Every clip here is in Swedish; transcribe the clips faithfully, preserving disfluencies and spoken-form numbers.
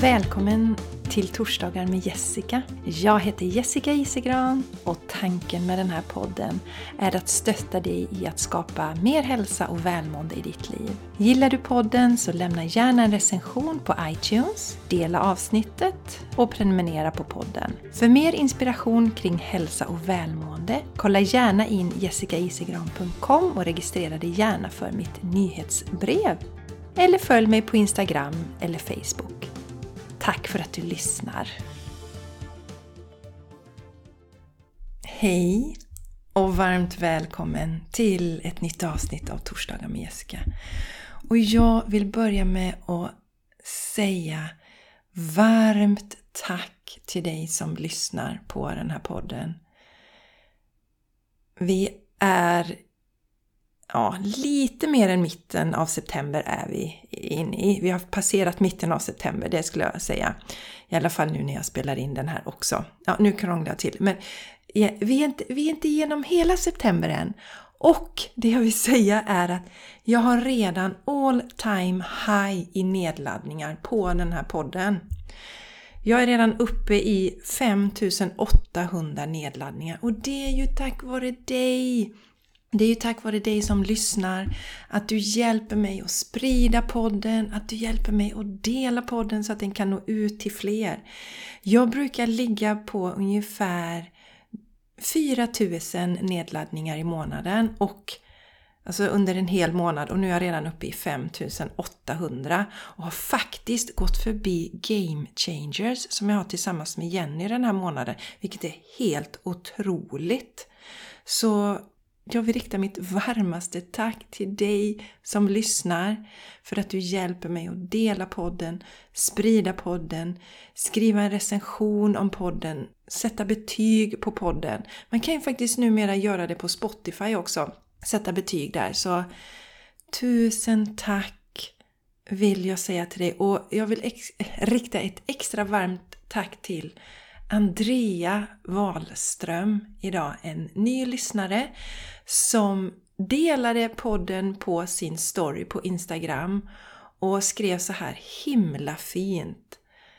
Välkommen till Torsdagar med Jessica. Jag heter Jessica Isegran och tanken med den här podden är att stötta dig i att skapa mer hälsa och välmående i ditt liv. Gillar du podden så lämna gärna en recension på iTunes, dela avsnittet och prenumerera på podden. För mer inspiration kring hälsa och välmående, kolla gärna in jessica isegran punkt com och registrera dig gärna för mitt nyhetsbrev. Eller följ mig på Instagram eller Facebook. Tack för att du lyssnar. Hej och varmt välkommen till ett nytt avsnitt av Torsdagar med Jessica. Och jag vill börja med att säga varmt tack till dig som lyssnar på den här podden. Vi är Ja, lite mer än mitten av september är vi inne i. Vi har passerat mitten av september, det skulle jag säga. I alla fall nu när jag spelar in den här också. Ja, nu krånglar jag till. Men vi är inte, vi är inte igenom hela september än. Och det jag vill säga är att jag har redan all time high i nedladdningar på den här podden. Jag är redan uppe i fem tusen åttahundra nedladdningar. Och det är ju tack vare dig. Det är ju tack vare dig som lyssnar, att du hjälper mig att sprida podden, att du hjälper mig att dela podden så att den kan nå ut till fler. Jag brukar ligga på ungefär fyra tusen nedladdningar i månaden och alltså under en hel månad, och nu är jag redan uppe i fem tusen åttahundra och har faktiskt gått förbi Game Changers som jag har tillsammans med Jenny den här månaden, vilket är helt otroligt. Så jag vill rikta mitt varmaste tack till dig som lyssnar för att du hjälper mig att dela podden, sprida podden, skriva en recension om podden, sätta betyg på podden. Man kan ju faktiskt numera göra det på Spotify också, sätta betyg där. Så tusen tack vill jag säga till dig, och jag vill ex- rikta ett extra varmt tack till Andrea Wahlström idag, en ny lyssnare som delade podden på sin story på Instagram och skrev så här himla fint.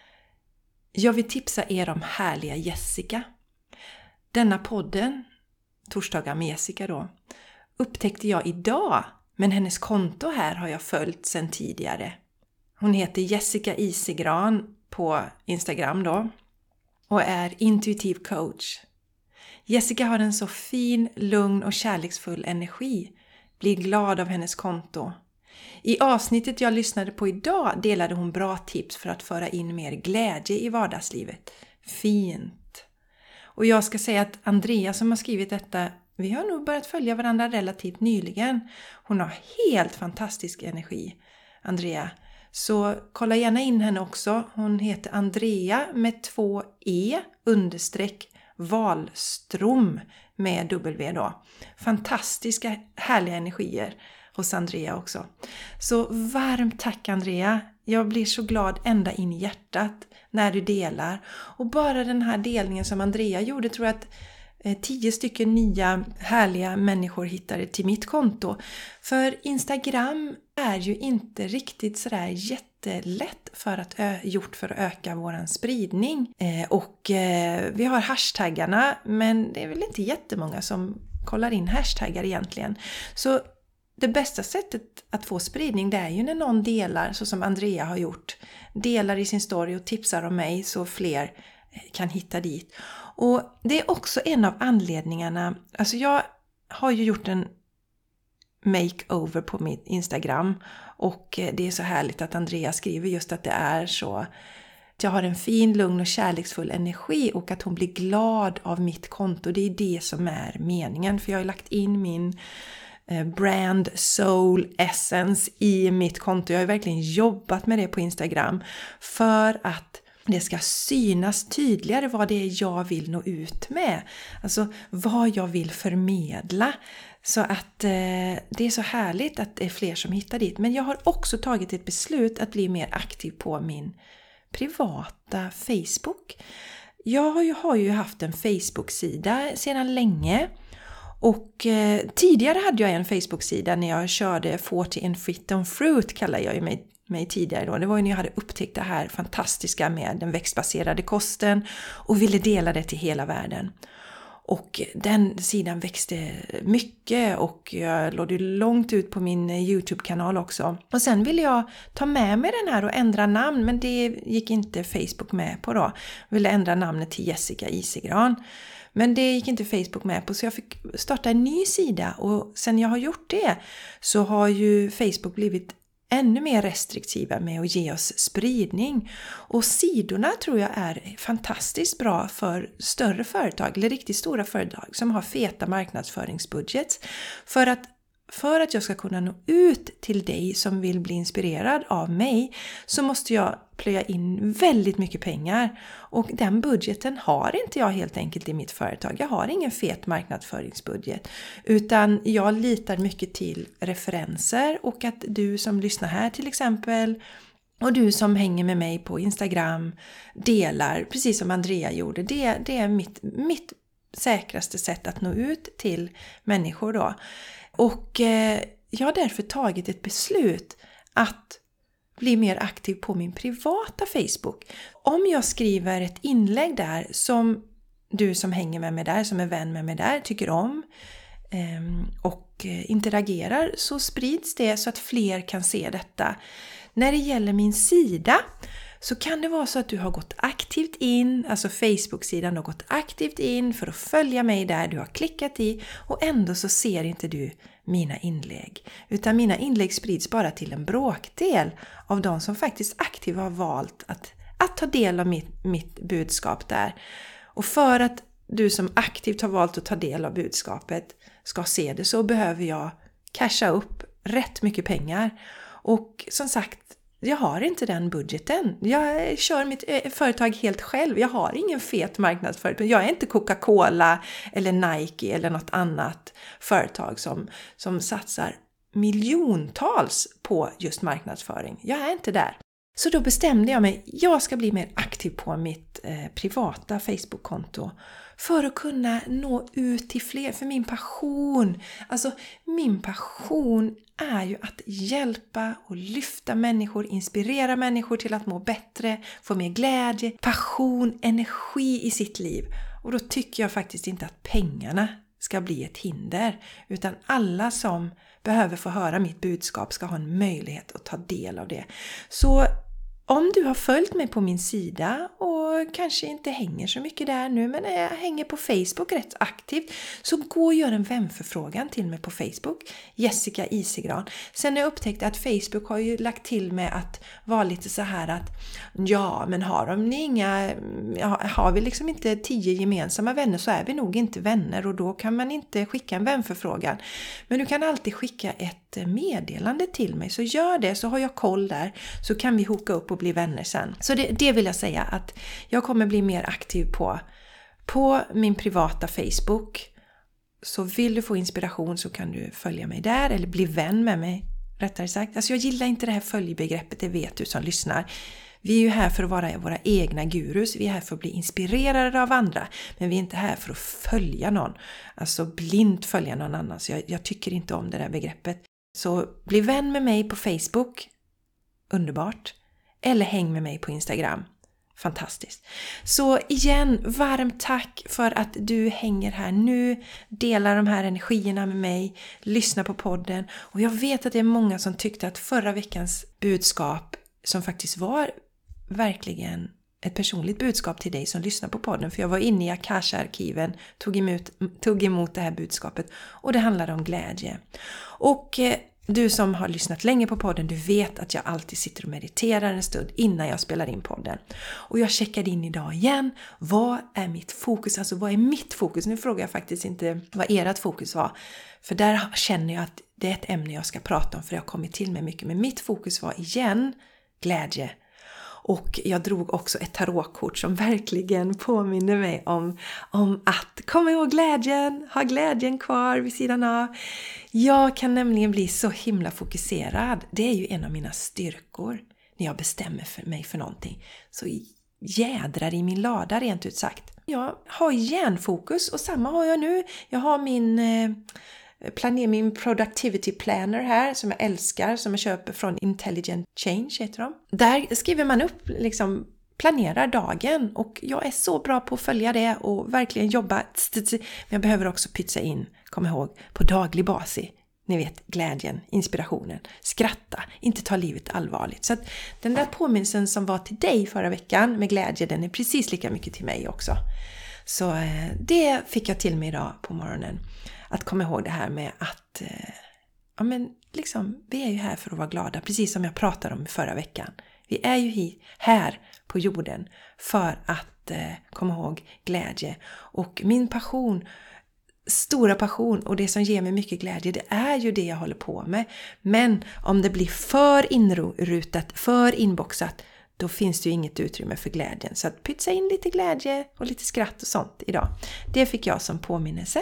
Jag vill tipsa er om härliga Jessica. Denna podden, Torsdagar med Jessica då, upptäckte jag idag, men hennes konto här har jag följt sedan tidigare. Hon heter Jessica Isegran på Instagram då och är intuitiv coach. Jessica har en så fin, lugn och kärleksfull energi. Blir glad av hennes konto. I avsnittet jag lyssnade på idag delade hon bra tips för att föra in mer glädje i vardagslivet. Fint. Och jag ska säga att Andrea som har skrivit detta, vi har nog börjat följa varandra relativt nyligen. Hon har helt fantastisk energi, Andrea. Så kolla gärna in henne också. Hon heter Andrea med två E understreck Wahlström med W då. Fantastiska härliga energier hos Andrea också. Så varmt tack Andrea. Jag blir så glad ända in i hjärtat när du delar. Och bara den här delningen som Andrea gjorde, tror jag att tio stycken nya härliga människor hittade till mitt konto. För Instagram är ju inte riktigt sådär jättelätt för att ö- gjort för att öka våran spridning. Eh, och eh, vi har hashtaggarna, men det är väl inte jättemånga som kollar in hashtaggar egentligen. Så det bästa sättet att få spridning, det är ju när någon delar, så som Andrea har gjort. Delar i sin story och tipsar om mig så fler kan hitta dit. Och det är också en av anledningarna, alltså jag har ju gjort en makeover på mitt Instagram och det är så härligt att Andrea skriver just att det är så, att jag har en fin, lugn och kärleksfull energi och att hon blir glad av mitt konto. Det är det som är meningen, för jag har lagt in min brand soul essence i mitt konto. Jag har verkligen jobbat med det på Instagram för att det ska synas tydligare vad det är jag vill nå ut med. Alltså vad jag vill förmedla. Så att eh, det är så härligt att det är fler som hittar dit. Men jag har också tagit ett beslut att bli mer aktiv på min privata Facebook. Jag har ju, har ju haft en Facebook-sida sedan länge. Och eh, tidigare hade jag en Facebook-sida när jag körde fyrtio and Fit on Fruit, kallar jag ju mig mig tidigare då, det var ju när jag hade upptäckt det här fantastiska med den växtbaserade kosten och ville dela det till hela världen. Och den sidan växte mycket och jag låg det långt ut på min YouTube-kanal också. Och sen ville jag ta med mig den här och ändra namn, men det gick inte Facebook med på då. Jag ville ändra namnet till Jessica Isigran. Men det gick inte Facebook med på, så jag fick starta en ny sida. Och sen jag har gjort det så har ju Facebook blivit ännu mer restriktiva med att ge oss spridning. Och sidorna tror jag är fantastiskt bra för större företag eller riktigt stora företag som har feta marknadsföringsbudgets. För att, för att jag ska kunna nå ut till dig som vill bli inspirerad av mig så måste jag plöja in väldigt mycket pengar. Och den budgeten har inte jag helt enkelt i mitt företag. Jag har ingen fet marknadsföringsbudget. Utan jag litar mycket till referenser och att du som lyssnar här till exempel och du som hänger med mig på Instagram delar, precis som Andrea gjorde. Det, det är mitt, mitt säkraste sätt att nå ut till människor då. Och eh, jag har därför tagit ett beslut att bli mer aktiv på min privata Facebook. Om jag skriver ett inlägg där som du som hänger med mig där, som är vän med mig där, tycker om eh, och interagerar, så sprids det så att fler kan se detta. När det gäller min sida så kan det vara så att du har gått aktivt in, alltså Facebook-sidan har gått aktivt in för att följa mig där, du har klickat i och ändå så ser inte du mina inlägg. Utan mina inlägg sprids bara till en bråkdel av de som faktiskt aktivt har valt att, att ta del av mitt, mitt budskap där. Och för att du som aktivt har valt att ta del av budskapet ska se det så behöver jag casha upp rätt mycket pengar. Och som sagt, jag har inte den budgeten. Jag kör mitt företag helt själv. Jag har ingen fet marknadsföring. Jag är inte Coca-Cola eller Nike eller något annat företag som, som satsar miljontals på just marknadsföring. Jag är inte där. Så då bestämde jag mig, jag ska bli mer aktiv på mitt eh, privata Facebook-konto för att kunna nå ut till fler. För min passion, alltså min passion är ju att hjälpa och lyfta människor, inspirera människor till att må bättre, få mer glädje, passion, energi i sitt liv. Och då tycker jag faktiskt inte att pengarna ska bli ett hinder, utan alla som behöver få höra mitt budskap ska ha en möjlighet att ta del av det. Så om du har följt mig på min sida och kanske inte hänger så mycket där nu, men jag hänger på Facebook rätt aktivt, så gå och gör en vänförfrågan till mig på Facebook, Jessica Isigran. Sen har jag upptäckt att Facebook har ju lagt till med att vara lite så här att ja, men har de inga, har vi liksom inte tio gemensamma vänner så är vi nog inte vänner och då kan man inte skicka en vänförfrågan. Men du kan alltid skicka ett meddelande till mig, så gör det så har jag koll där, så kan vi hoka upp och bli vänner sen. Så det, det vill jag säga att jag kommer bli mer aktiv på på min privata Facebook. Så vill du få inspiration så kan du följa mig där eller bli vän med mig rättare sagt. Alltså jag gillar inte det här följbegreppet, det vet du som lyssnar. Vi är ju här för att vara våra egna gurus. Vi är här för att bli inspirerade av andra. Men vi är inte här för att följa någon. Alltså blint följa någon annan. Så jag, jag tycker inte om det där begreppet. Så bli vän med mig på Facebook. Underbart. Eller häng med mig på Instagram. Fantastiskt. Så igen, varmt tack för att du hänger här nu. Delar de här energierna med mig. Lyssna på podden. Och jag vet att det är många som tyckte att förra veckans budskap, som faktiskt var verkligen ett personligt budskap till dig som lyssnar på podden. För jag var inne i Akasha-arkiven, tog emot, tog emot det här budskapet. Och det handlade om glädje. Och eh, du som har lyssnat länge på podden, du vet att jag alltid sitter och mediterar en stund innan jag spelar in podden. Och jag checkade in idag igen. Vad är mitt fokus? Alltså vad är mitt fokus? Nu frågar jag faktiskt inte vad ert fokus var. För där känner jag att det är ett ämne jag ska prata om, för jag har kommit till mig mycket. Men mitt fokus var igen glädje. Och jag drog också ett tarotkort som verkligen påminner mig om, om att komma ihåg glädjen, ha glädjen kvar vid sidan av. Jag kan nämligen bli så himla fokuserad. Det är ju en av mina styrkor när jag bestämmer för mig för någonting. Så jädrar i min lada rent ut sagt. Jag har hjärnfokus och samma har jag nu. Jag har min... Eh, planer, min productivity planner här som jag älskar, som jag köper från Intelligent Change heter de. Där skriver man upp, liksom planerar dagen, och jag är så bra på att följa det och verkligen jobba. Men jag behöver också pytsa in, kom ihåg, på daglig basis. Ni vet, glädjen, inspirationen, skratta, inte ta livet allvarligt. Så att den där påminnelsen som var till dig förra veckan med glädje, den är precis lika mycket till mig också. Så eh, det fick jag till mig idag på morgonen. Att komma ihåg det här med att eh, ja, men liksom, vi är ju här för att vara glada, precis som jag pratade om förra veckan. Vi är ju här på jorden för att eh, komma ihåg glädje. Och min passion, stora passion och det som ger mig mycket glädje, det är ju det jag håller på med. Men om det blir för inrutat, för inboxat, då finns det ju inget utrymme för glädjen. Så att pytsa in lite glädje och lite skratt och sånt idag. Det fick jag som påminnelse.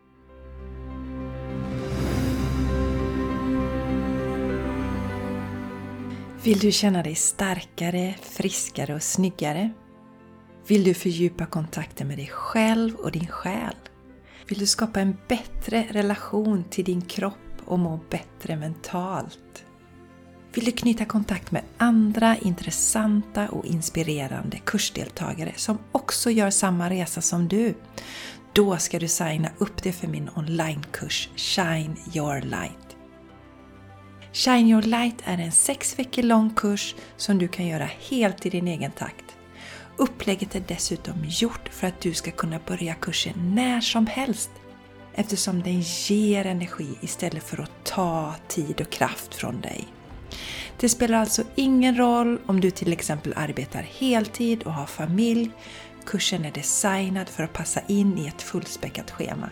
Vill du känna dig starkare, friskare och snyggare? Vill du fördjupa kontakten med dig själv och din själ? Vill du skapa en bättre relation till din kropp och må bättre mentalt? Vill du knyta kontakt med andra intressanta och inspirerande kursdeltagare som också gör samma resa som du? Då ska du signa upp dig för min onlinekurs Shine Your Light. Shine Your Light är en sex veckor lång kurs som du kan göra helt i din egen takt. Upplägget är dessutom gjort för att du ska kunna börja kursen när som helst, eftersom den ger energi istället för att ta tid och kraft från dig. Det spelar alltså ingen roll om du till exempel arbetar heltid och har familj. Kursen är designad för att passa in i ett fullspäckat schema.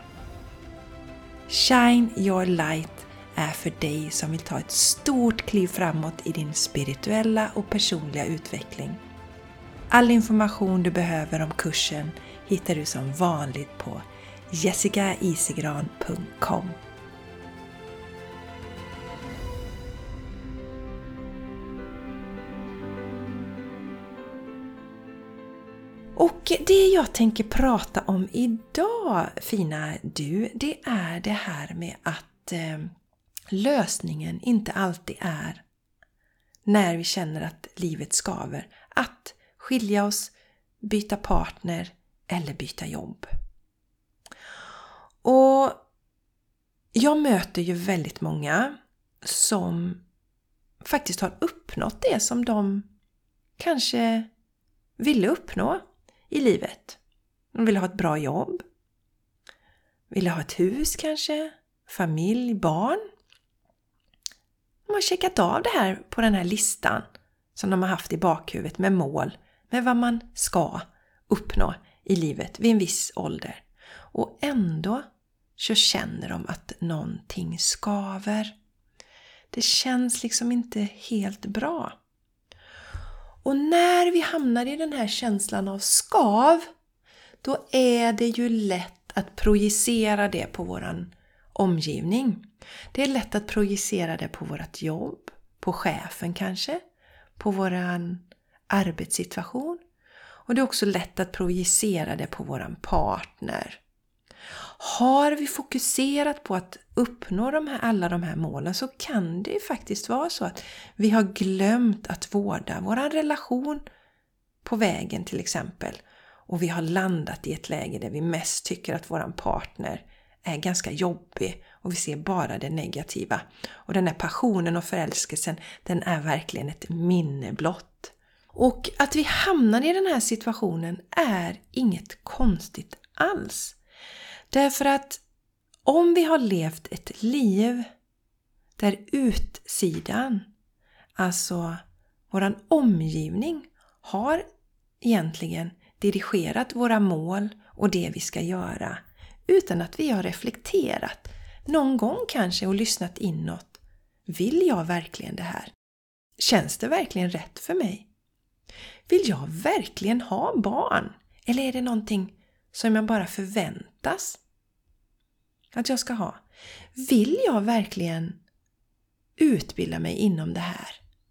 Shine Your Light är för dig som vill ta ett stort kliv framåt i din spirituella och personliga utveckling. All information du behöver om kursen hittar du som vanligt på jessica isegran punkt com. Och det jag tänker prata om idag, fina du, det är det här med att eh, lösningen inte alltid är, när vi känner att livet skaver, att skilja oss, byta partner eller byta jobb. Och jag möter ju väldigt många som faktiskt har uppnått det som de kanske ville uppnå i livet. De ville ha ett bra jobb, ville ha ett hus kanske, familj, barn. De har checkat av det här på den här listan som de har haft i bakhuvudet med mål, med vad man ska uppnå i livet vid en viss ålder. Och ändå så känner de att någonting skaver. Det känns liksom inte helt bra. Och när vi hamnar i den här känslan av skav, då är det ju lätt att projicera det på våran omgivning. Det är lätt att projicera det på vårt jobb, på chefen kanske, på våran arbetssituation. Och det är också lätt att projicera det på våran partner. Har vi fokuserat på att uppnå de här, alla de här målen, så kan det ju faktiskt vara så att vi har glömt att vårda våran relation på vägen till exempel. Och vi har landat i ett läge där vi mest tycker att våran partner är ganska jobbig och vi ser bara det negativa. Och den här passionen och förälskelsen, den är verkligen ett minne blott. Och att vi hamnar i den här situationen är inget konstigt alls. Därför att om vi har levt ett liv där utsidan, alltså våran omgivning, har egentligen dirigerat våra mål och det vi ska göra utan att vi har reflekterat någon gång kanske och lyssnat inåt. Vill jag verkligen det här? Känns det verkligen rätt för mig? Vill jag verkligen ha barn? Eller är det någonting som jag bara förväntas att jag ska ha? Vill jag verkligen utbilda mig inom det här?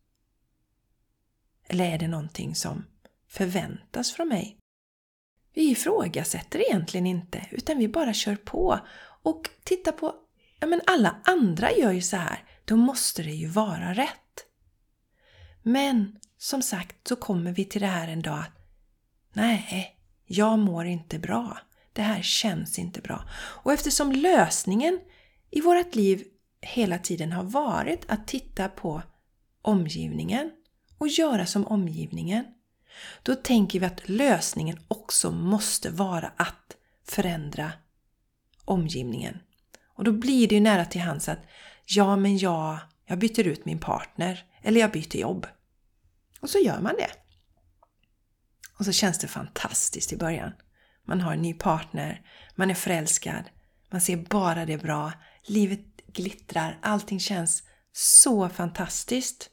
Eller är det någonting som förväntas från mig? Vi ifrågasätter egentligen inte, utan vi bara kör på och tittar på ja men alla andra gör ju så här, då måste det ju vara rätt. Men som sagt så kommer vi till det här en dag att nej, jag mår inte bra. Det här känns inte bra. Och eftersom lösningen i vårt liv hela tiden har varit att titta på omgivningen och göra som omgivningen, då tänker vi att lösningen också måste vara att förändra omgivningen. Och då blir det ju nära till hands att ja men jag, jag byter ut min partner eller jag byter jobb. Och så gör man det. Och så känns det fantastiskt i början. Man har en ny partner, man är förälskad, man ser bara det bra, livet glittrar, allting känns så fantastiskt.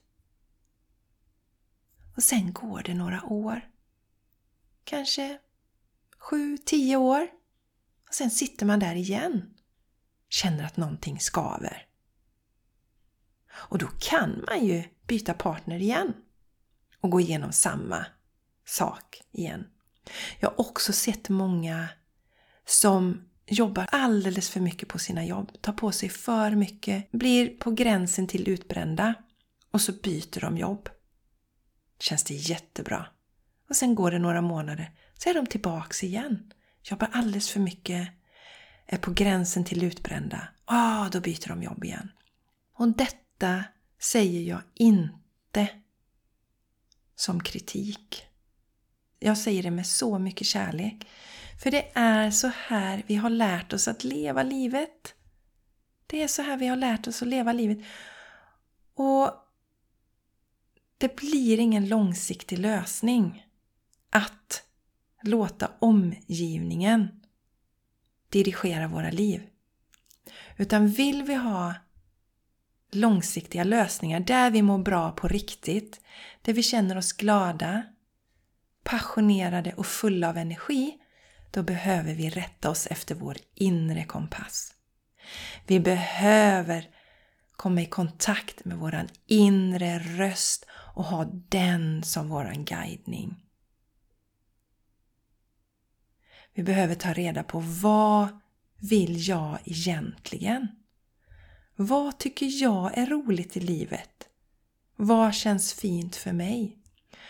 Och sen går det några år. Kanske sju, tio år. Och sen sitter man där igen. Känner att någonting skaver. Och då kan man ju byta partner igen. Och gå igenom samma sak igen. Jag har också sett många som jobbar alldeles för mycket på sina jobb. Tar på sig för mycket. Blir på gränsen till utbrända. Och så byter de jobb. Känns det jättebra. Och sen går det några månader. Så är de tillbaks igen. Jobbar alldeles för mycket. Är på gränsen till utbrända. Ah, då byter de jobb igen. Och detta säger jag inte som kritik. Jag säger det med så mycket kärlek. För det är så här vi har lärt oss att leva livet. Det är så här vi har lärt oss att leva livet. Och det blir ingen långsiktig lösning att låta omgivningen dirigera våra liv. Utan vill vi ha långsiktiga lösningar där vi mår bra på riktigt, där vi känner oss glada, passionerade och fulla av energi, då behöver vi rätta oss efter vår inre kompass. Vi behöver komma i kontakt med våran inre röst och ha den som våran guidning. Vi behöver ta reda på vad vill jag egentligen? Vad tycker jag är roligt i livet? Vad känns fint för mig?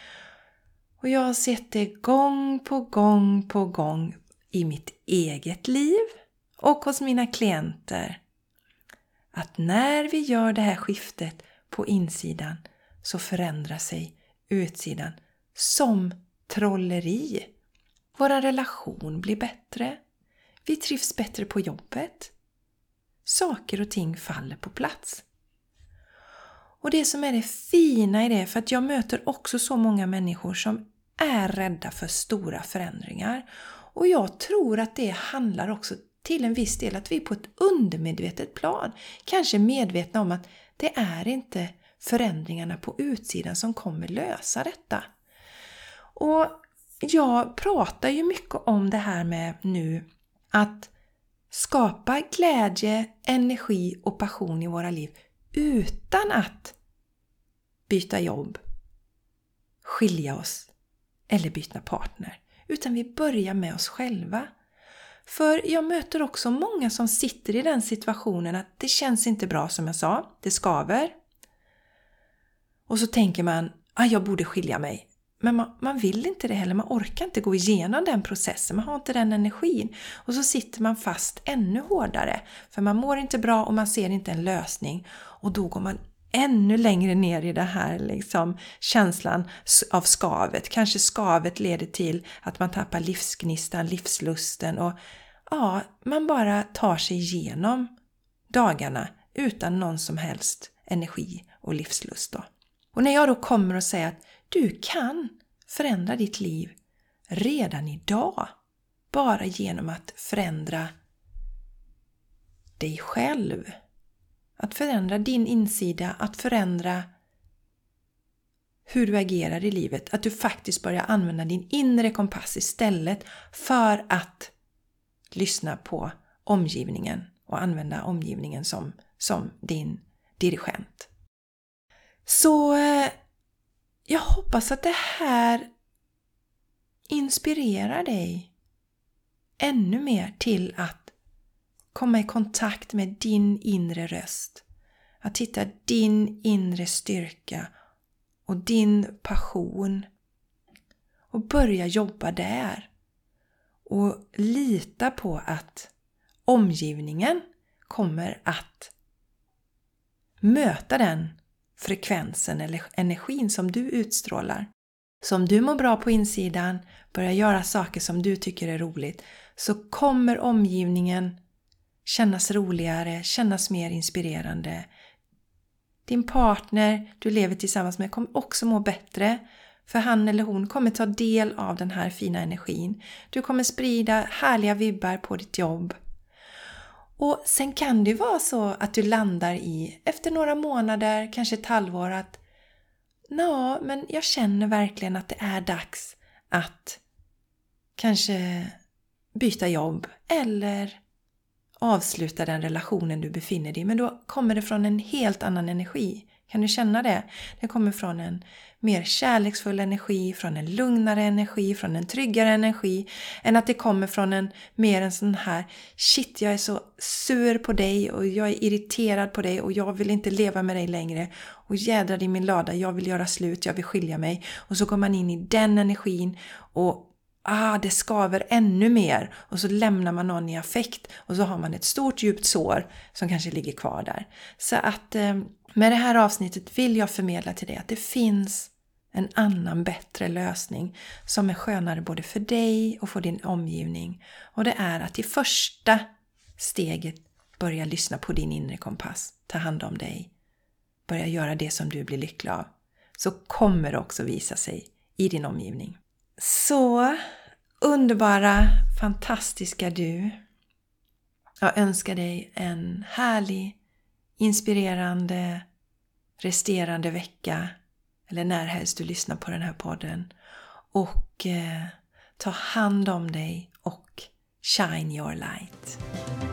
Och jag har sett det gång på gång på gång i mitt eget liv och hos mina klienter. Att när vi gör det här skiftet på insidan så förändrar sig utsidan som trolleri. Vår relation blir bättre. Vi trivs bättre på jobbet. Saker och ting faller på plats. Och det som är det fina i det, för att jag möter också så många människor som är rädda för stora förändringar. Och jag tror att det handlar också till en viss del att vi på ett undermedvetet plan kanske är medvetna om att det är inte förändringarna på utsidan som kommer lösa detta. Och jag pratar ju mycket om det här med nu att skapa glädje, energi och passion i våra liv utan att byta jobb, skilja oss eller byta partner. Utan vi börjar med oss själva. För jag möter också många som sitter i den situationen att det känns inte bra som jag sa, det skaver. Och så tänker man, ah, jag borde skilja mig. Men man, man vill inte det heller, man orkar inte gå igenom den processen, man har inte den energin. Och så sitter man fast ännu hårdare, för man mår inte bra och man ser inte en lösning. Och då går man ännu längre ner i det här liksom, känslan av skavet. Kanske skavet leder till att man tappar livsgnistan, livslusten och ja, man bara tar sig igenom dagarna utan någon som helst energi och livslust då. Och när jag då kommer och säger att du kan förändra ditt liv redan idag. Bara genom att förändra dig själv. Att förändra din insida. Att förändra hur du agerar i livet. Att du faktiskt börjar använda din inre kompass istället för att lyssna på omgivningen. Och använda omgivningen som, som din dirigent. Så jag hoppas att det här inspirerar dig ännu mer till att komma i kontakt med din inre röst. Att hitta din inre styrka och din passion. Och börja jobba där. Och lita på att omgivningen kommer att möta den frekvensen eller energin som du utstrålar. Så om du mår bra på insidan, börjar göra saker som du tycker är roligt, så kommer omgivningen kännas roligare, kännas mer inspirerande. Din partner du lever tillsammans med kommer också må bättre, för han eller hon kommer ta del av den här fina energin. Du kommer sprida härliga vibbar på ditt jobb. Och sen kan det vara så att du landar i, efter några månader, kanske ett halvår, att ja, men jag känner verkligen att det är dags att kanske byta jobb eller avsluta den relationen du befinner dig i. Men då kommer det från en helt annan energi. Kan du känna det? Det kommer från en mer kärleksfull energi, från en lugnare energi, från en tryggare energi. Än att det kommer från en mer en sån här, shit jag är så sur på dig och jag är irriterad på dig och jag vill inte leva med dig längre. Och jädrar i min lada, jag vill göra slut, jag vill skilja mig. Och så kommer man in i den energin och ah, det skaver ännu mer. Och så lämnar man någon i affekt och så har man ett stort djupt sår som kanske ligger kvar där. Så att eh, med det här avsnittet vill jag förmedla till dig att det finns en annan bättre lösning som är skönare både för dig och för din omgivning. Och det är att i första steget börja lyssna på din inre kompass. Ta hand om dig. Börja göra det som du blir lycklig av. Så kommer det också visa sig i din omgivning. Så underbara, fantastiska du. Jag önskar dig en härlig, inspirerande, resterande vecka. Eller när helst du lyssnar på den här podden. Och eh, ta hand om dig och shine your light.